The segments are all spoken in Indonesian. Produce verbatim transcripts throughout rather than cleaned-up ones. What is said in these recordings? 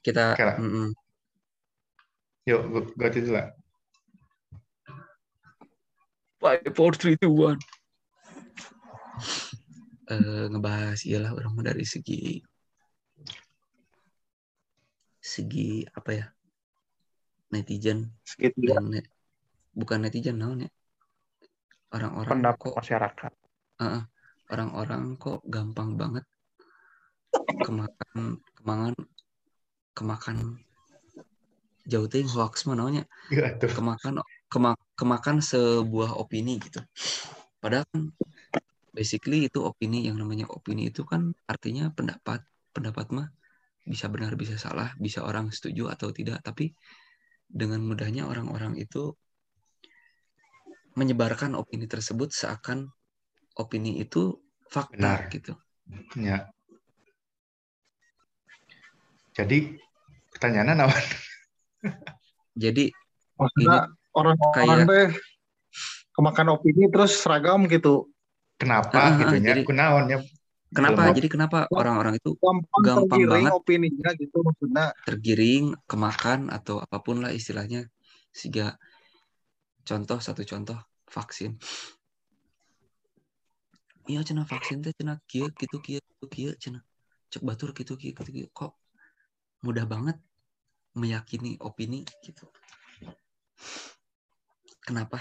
kita Oke lah. mm-mm. Yuk, gue gue itu lah. five, four, three, two, one Uh, ngebahas iyalah orang dari segi segi apa ya, netizen Segitu ya. dan net, bukan netizen naon ya, orang-orang Pendapat kok masyarakat. uh, orang-orang kok gampang banget kemakan kemakan kemakan jauh ting hoax mah namanya, Iya tuh. kemakan kema, kemakan sebuah opini gitu. Padahal kan basically itu opini, yang namanya opini itu kan artinya pendapat. Pendapat mah bisa benar bisa salah, bisa orang setuju atau tidak, tapi dengan mudahnya orang-orang itu menyebarkan opini tersebut seakan opini itu fakta. Benar. Gitu. Ya. Jadi pertanyaannya nawan. Jadi Maksudnya orang-orang kayak- teh kemakan opini terus seragam gitu. Kenapa Ah, ah, gitu ah, nya? jadi- Kunaon ya? Kenapa? Jelema. Jadi kenapa orang-orang itu Gampang, gampang tergiring banget opininya gitu maksudnya. tergiring, kemakan atau apapun lah istilahnya. Sehingga contoh satu contoh vaksin. Iya cenah vaksin teh cenah kieu gitu kieu kieu cenah. Cek batur gitu kieu gitu kieu. Kok mudah banget meyakini opini gitu. Kenapa?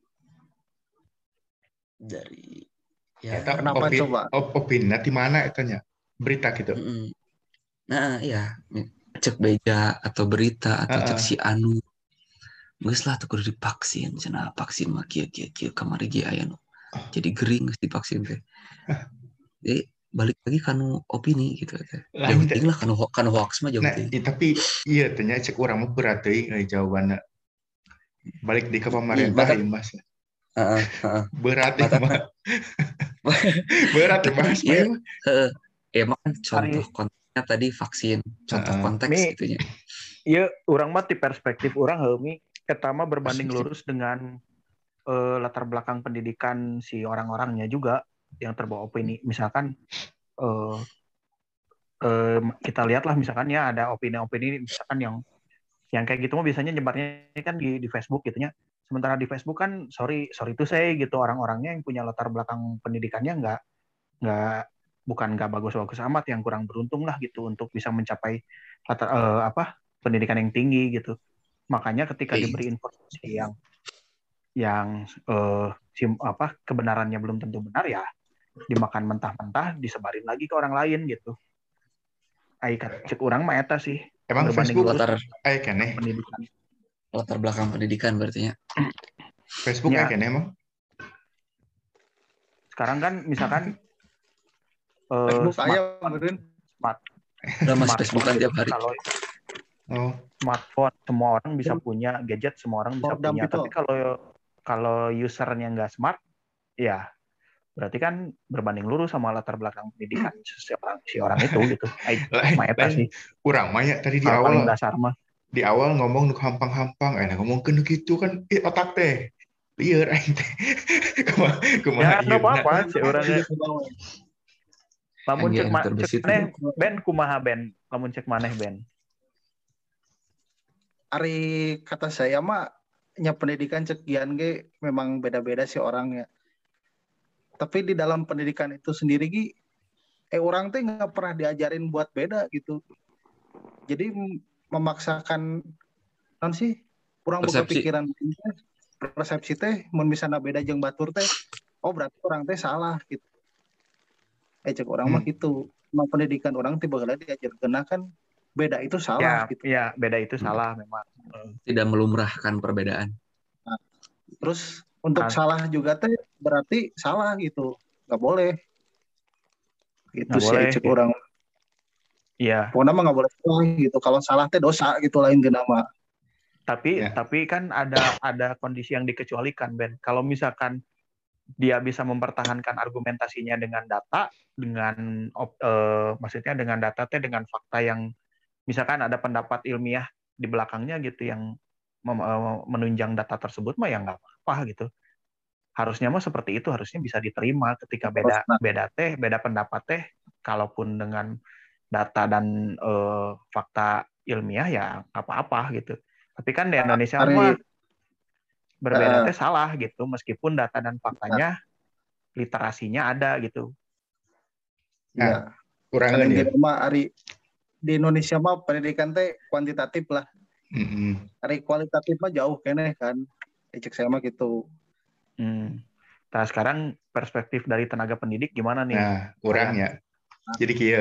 Dari ya Eta Kenapa opi, coba? op, opini di mana etanya? Berita gitu. mm-mm. Nah, iya, cek beja atau berita atau cek Uh-uh. si anu. Geus lah tuh kudu divaksin cenah, vaksin mah kieu kieu kieu kamari ge aya nu. Jadi gering geus divaksin teh. Jadi balik lagi kanu opini gitu teh. Jauh Lain teh. ting lah kanu ho- kanu hoax mah jauh Nah, ting. i, tapi iya tanya cek orang mah berat deui euy jawabanna. Balik di ke pemerintah Mata- ieu Mas. Heeh, heeh. Berat ya Mata- Mas. Berat ya Tapi Mas. iya, Mah. heeh. Emang kan contoh Ari- konteksnya tadi vaksin, contoh Heeh. konteks Mi- gitu ya. Iya, orang mah di perspektif orang heumi eta mah berbanding Perspektif. lurus dengan eh, latar belakang pendidikan si orang-orangnya juga yang terbawa opini. Misalkan eh, eh, kita lihatlah misalkan ya ada opini-opini misalkan yang yang kayak gitu mah biasanya nyebarnya kan di di Facebook gitunya. Sementara di Facebook kan sorry sorry itu saya gitu orang-orangnya yang punya latar belakang pendidikannya nggak nggak bukan nggak bagus-bagus amat, yang kurang beruntung lah gitu untuk bisa mencapai latar eh, apa pendidikan yang tinggi gitu. Makanya ketika Iya. diberi informasi yang yang eh, sim, apa kebenarannya belum tentu benar ya dimakan mentah-mentah, disebarin lagi ke orang lain gitu. Ai cek orang mah eta sih. Emang Berbanding Facebook lurus latar aya keneh. pendidikan. latar belakang pendidikan berarti ya. Facebook Ya. aya keneh emang. Sekarang kan misalkan eh, Facebook smart- aya meureun. smart Udah mas smartphone Facebookan gitu. tiap hari. Kalau Oh, smartphone semua orang bisa punya, gadget semua orang bisa Kodam punya. itu. Tapi kalau kalau usernya nggak smart, ya berarti kan berbanding lurus sama latar belakang pendidikan seorang si orang itu gitu. Ai, lain, mah eta lain. sih. Urang mah ya tadi di Hal paling awal dasar mah. di awal ngomong nu hampang-hampang, eh nah ngomongkeun gitu kan ih, otak teh. Lieur aing teh. Kumaha kumaha Ya, nggak ieu. apa-apa sih orangnya. Lamun N G cek ma- enter cek basic maneh Ben kumaha Ben? Lamun cek maneh Ben. Ari kata saya mah nya pendidikan cekian ge memang beda-beda sih orangnya. Tapi di dalam pendidikan itu sendiri Gi, eh orang teh nggak pernah diajarin buat beda gitu. Jadi m- memaksakan non sih orang boga Persepsi. pikiran persepsi teh mun misalnya beda jeung batur teh oh berarti orang teh salah gitu. Eh cek orang mah Hmm. gitu. Emang pendidikan orang tiba heula diajarkeun kan beda itu Ya, salah gitu. ya beda itu Hmm. salah memang. Tidak melumrahkan perbedaan. Terus untuk Ah. salah juga teh berarti salah gitu. Nggak boleh. Itu Nggak sih boleh, cek gitu. orang. Iya, Pokoknya mah nggak boleh salah gitu. Kalau salah teh dosa gitu lain geuna mah. tapi Ya. tapi kan ada ada kondisi yang dikecualikan Ben. Kalau misalkan dia bisa mempertahankan argumentasinya dengan data, dengan op- eh, maksudnya dengan data teh dengan fakta yang misalkan ada pendapat ilmiah di belakangnya gitu yang mem- eh, menunjang data tersebut mah ya nggak apa-apa gitu. Harusnya mah seperti itu, harusnya bisa diterima ketika beda Nah. beda teh beda pendapat teh kalaupun dengan data dan eh, fakta ilmiah ya nggak apa-apa gitu. Tapi kan di Indonesia Hari mah berbeda eh, teh salah gitu, meskipun data dan faktanya literasinya ada gitu. ya Nah, kan kurangan ya. intinya mah hari di Indonesia mah pendidikan teh kuantitatif lah. Mm-mm. Hari kualitatif mah jauh kene kan. Cek saya mah gitu. Hmm. Nah sekarang perspektif dari tenaga pendidik gimana nih? Nah, kurang Ryan? ya. Jadi kia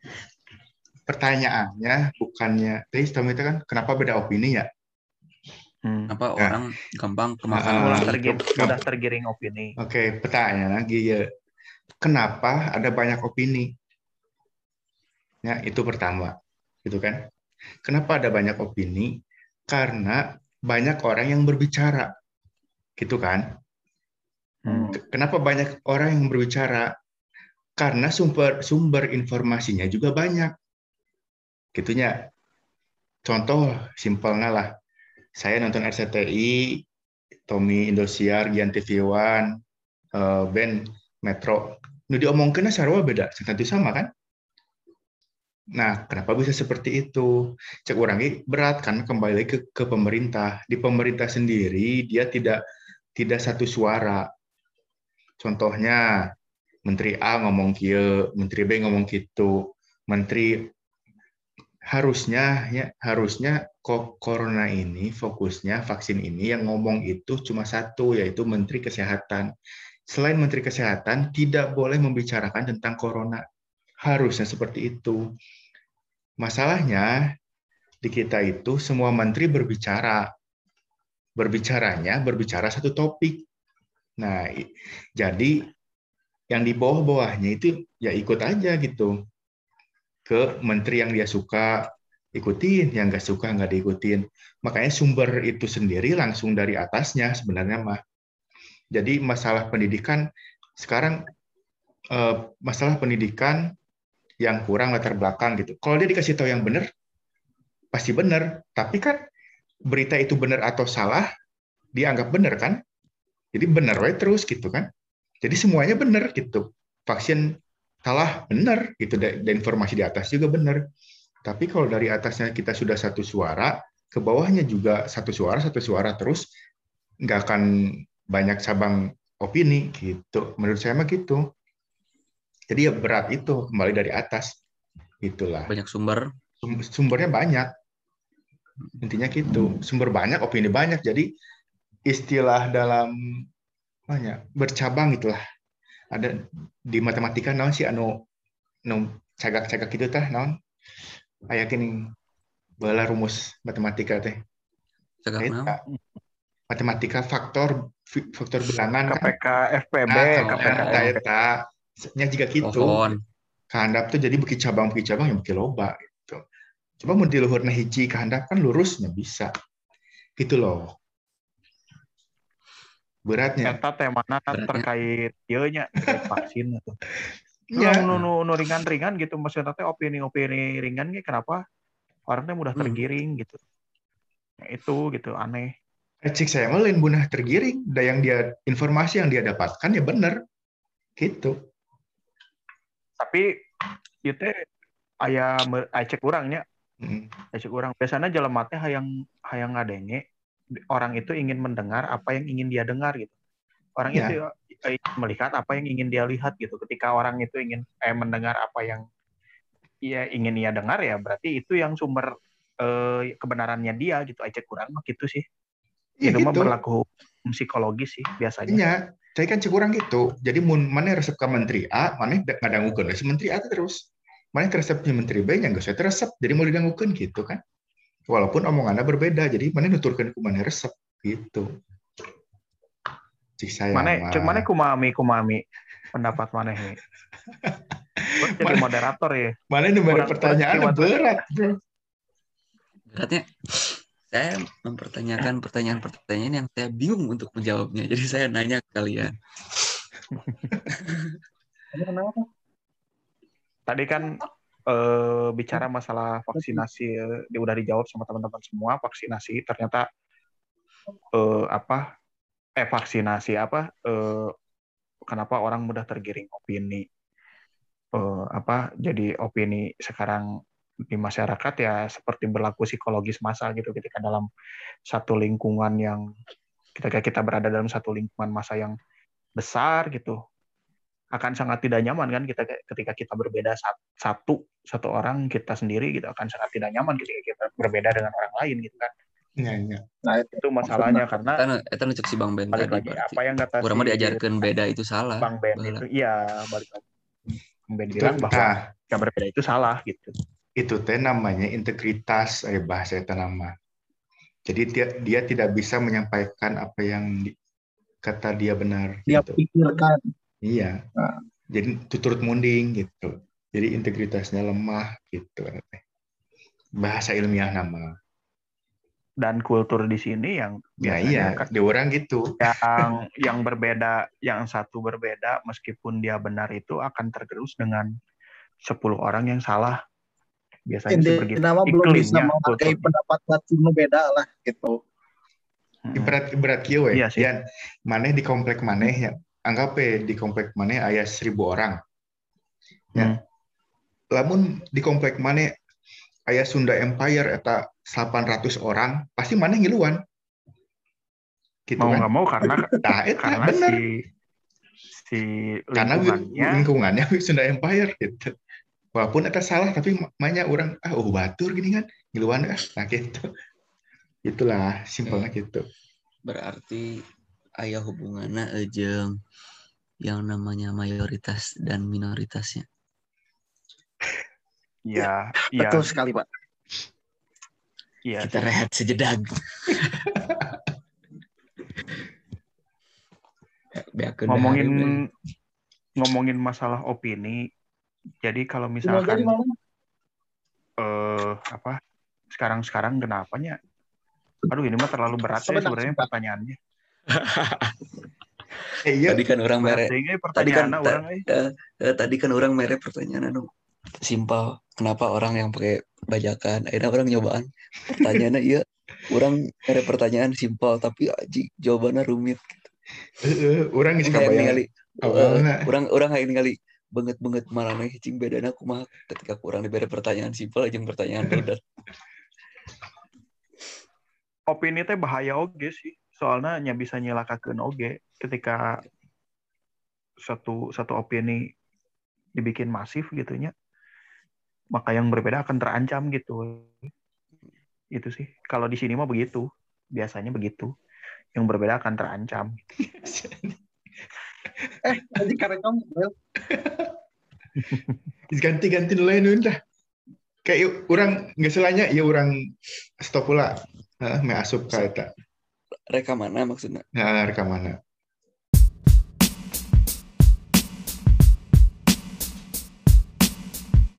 pertanyaannya bukannya, tadi Tommy itu kan kenapa beda opini ya? Hmm. Kenapa Nah, orang gampang kemakan uh, Mudah opini? tergiring, ke- mudah ke- tergiring opini. Oke, pertanyaan lagi ya. Kenapa ada banyak opini? Ya, itu pertama. Gitu kan? Kenapa ada banyak opini? Karena banyak orang yang berbicara. Gitu kan? Hmm. Hmm. K- Kenapa banyak orang yang berbicara? Karena sumber sumber informasinya juga banyak. Gitunya. Contoh simpelnya lah. Saya nonton R C T I, Tommy Indosiar, Gian T V One, eh, band Metro. Nu diomongkeunna sarua beda, tentu sama kan? Nah, kenapa bisa seperti itu? Cek orang ini berat kan kembali lagi ke, ke pemerintah. Di pemerintah sendiri dia tidak tidak satu suara. Contohnya Menteri A ngomong kieu, Menteri B ngomong gitu. Menteri harusnya ya harusnya kok corona ini fokusnya vaksin ini yang ngomong itu cuma satu yaitu Menteri Kesehatan. Selain Menteri Kesehatan tidak boleh membicarakan tentang corona. Harusnya seperti itu. Masalahnya di kita itu semua menteri berbicara. Berbicaranya berbicara satu topik. Nah, jadi yang di bawah-bawahnya itu ya ikut aja gitu. Ke menteri yang dia suka, ikutin, yang nggak suka nggak diikutin. Makanya sumber itu sendiri langsung dari atasnya sebenarnya mah. Jadi masalah pendidikan sekarang eh, masalah pendidikan yang kurang latar belakang gitu. Kalau dia dikasih tahu yang benar, pasti benar. Tapi kan berita itu benar atau salah dianggap benar kan? Jadi benar wae terus gitu kan? Jadi semuanya benar gitu. Vaksin salah benar gitu dan informasi di atas juga benar. Tapi kalau dari atasnya kita sudah satu suara, ke bawahnya juga satu suara, satu suara terus, nggak akan banyak cabang opini gitu. Menurut saya mah gitu. Jadi ya berat itu kembali dari atas, itulah. Banyak sumber. Sumbernya banyak, intinya gitu. Sumber banyak, opini banyak. Jadi istilah dalam banyak bercabang itulah. Ada di matematika naon sih anu nu cagak-cagak gitu tah naon? Ayakin bala rumus matematika teh. Cegak naon? Eta matematika faktor faktor bilangan kan. K P K F P B, Nah, Oh, K P K eta F P B. eta nya juga gitu. pohon. Kehandap tuh jadi beki cabang beki cabang yang beki loba gitu. Coba mau di luhurna hiji kehandap kan lurusnya bisa. Gitu loh. Beratnya. Eta teh mana kan Beratnya. terkait ieu nya terkait vaksin gitu. Iya. Nu nu nu ringan-ringan gitu maksudnya teh opini-opini ringan ge kenapa orang teh mudah Hmm. tergiring gitu. Ya, itu gitu aneh. Cik saya mah lain bunah tergiring. Da yang dia informasi yang dia dapatkan ya benar. Gitu. Tapi ieu teh aya me- aya cek urangnya, Hmm. aya cek urang. Biasana jelema teh hayang hayang ngadenge orang itu ingin mendengar apa yang ingin dia dengar gitu. Orang Ya. itu eh, melihat apa yang ingin dia lihat gitu. Ketika orang itu ingin eh, mendengar apa yang ia ingin ia dengar ya berarti itu yang sumber eh, kebenarannya dia gitu. Aja kurang mah gitu sih. Iya Itu mah gitu. berlaku psikologis sih biasanya. Iya. Saya kan cek urang gitu. Jadi mun mana resep ke menteri A, mana ngadangukeun si menteri A terus. Mana resep ke menteri B nya geus saya resep. Jadi mau didangukeun gitu kan. Walaupun omongannya berbeda, jadi mana nuturkeun ku mana resep gitu. Cik saya Mana cek mana mah. kumami kumami pendapat mana he. Gua jadi Mana- moderator ya. Mana nu mere Kurang- pertanyaannya kurang jiwa- berat, Bro. Beratnya saya mempertanyakan pertanyaan-pertanyaan yang saya bingung untuk menjawabnya. Jadi saya nanya ke kalian. Tadi kan eh, bicara masalah vaksinasi eh, dia udah dijawab sama teman-teman semua vaksinasi ternyata eh, apa eh vaksinasi apa eh, kenapa orang mudah tergiring opini eh, apa jadi opini sekarang di masyarakat ya seperti berlaku psikologis massa gitu ketika dalam satu lingkungan yang ketika kita berada dalam satu lingkungan massa yang besar gitu akan sangat tidak nyaman kan kita ketika kita berbeda satu satu orang kita sendiri gitu akan sangat tidak nyaman ketika kita berbeda dengan orang lain gitu kan. Ya, ya. Nah, Itu masalahnya karena Eta eta nu cek si Bang Ben balik tadi lagi berarti. apa yang kata Urang mah si diajarkeun beda itu salah. Bang Ben Baheula. itu iya balik lagi Bang Ben Itu, bilang bahwa nah, yang berbeda itu salah gitu. itu teh namanya integritas, eh, bahasa itu nama. Jadi dia, dia tidak bisa menyampaikan apa yang di, kata dia benar. dia Gitu. pikirkan. Iya. Nah. Jadi tuturut munding gitu. Jadi integritasnya lemah gitu. Bahasa ilmiah nama. Dan kultur di sini yang Ya biasanya iya, kan di orang gitu. yang yang berbeda, yang satu berbeda meskipun dia benar itu akan tergerus dengan sepuluh orang yang salah. Biasanya seperti Intinya nama belum bisa iklimnya menghargai kultur. pendapat batin nu beda lah gitu. Hmm. Ibarat ibarat kieu we. Iya sih. Yan, maneh di komplek maneh ya. Anggap we di komplek maneh aya seribu orang. Ya. Hmm. Lamun di komplek maneh aya Sunda Empire eta delapan ratus orang, pasti maneh ngiluan. Gitu Mau kan? nggak mau karena Nah, eta karena bener. si si Karena lingkungannya lingkungannya Sunda Empire gitu. Walaupun eta salah tapi makanya orang ah oh batur gini kan ngiluan ah nah gitu. Itulah simpelnya gitu. Berarti aya hubunganna jeung yang namanya mayoritas dan minoritasnya. ya Betul ya sekali, Pak. iya Kita sih. rehat sejedak. Beakeun Ngomongin dahar, ngomongin masalah opini. Jadi kalau Jadi misalkan mana? eh apa sekarang-sekarang kenapanya? Aduh ini mah terlalu berat ya Sebentar, sebenarnya sebentar. pertanyaannya. Eh iya, Tadi kan orang Berat mere. sehingga Tadi kan pertanyaan ta, orang eh. eh, eh, tadi kan orang mere pertanyaan anu simpel. Kenapa orang yang pakai bajakan? Akhirnya orang nyobaan pertanyaannya iya. Orang mere pertanyaan simpel tapi aji jawabannya rumit. heeh, orang geus Kayak kabayang ningali awalna. uh, orang orang kayak ningali banget-banget marane cing bedana kumaha ketika kurang diberi pertanyaan simpel jeung pertanyaan rudet. Opini teh bahaya oge sih. Soalnya nya bisa nyelakakeun oge ketika satu satu opini dibikin masif gitunya. Maka yang berbeda akan terancam gitu. Itu sih. Kalau di sini mah begitu. Biasanya begitu. Yang berbeda akan terancam. Eh, tadi karena kamu Ganti-ganti lain dah. Kayak orang nggak selanya ya orang stop pula. Heeh, me asup ka eta. Reka mana maksudnya? Nah, reka mana?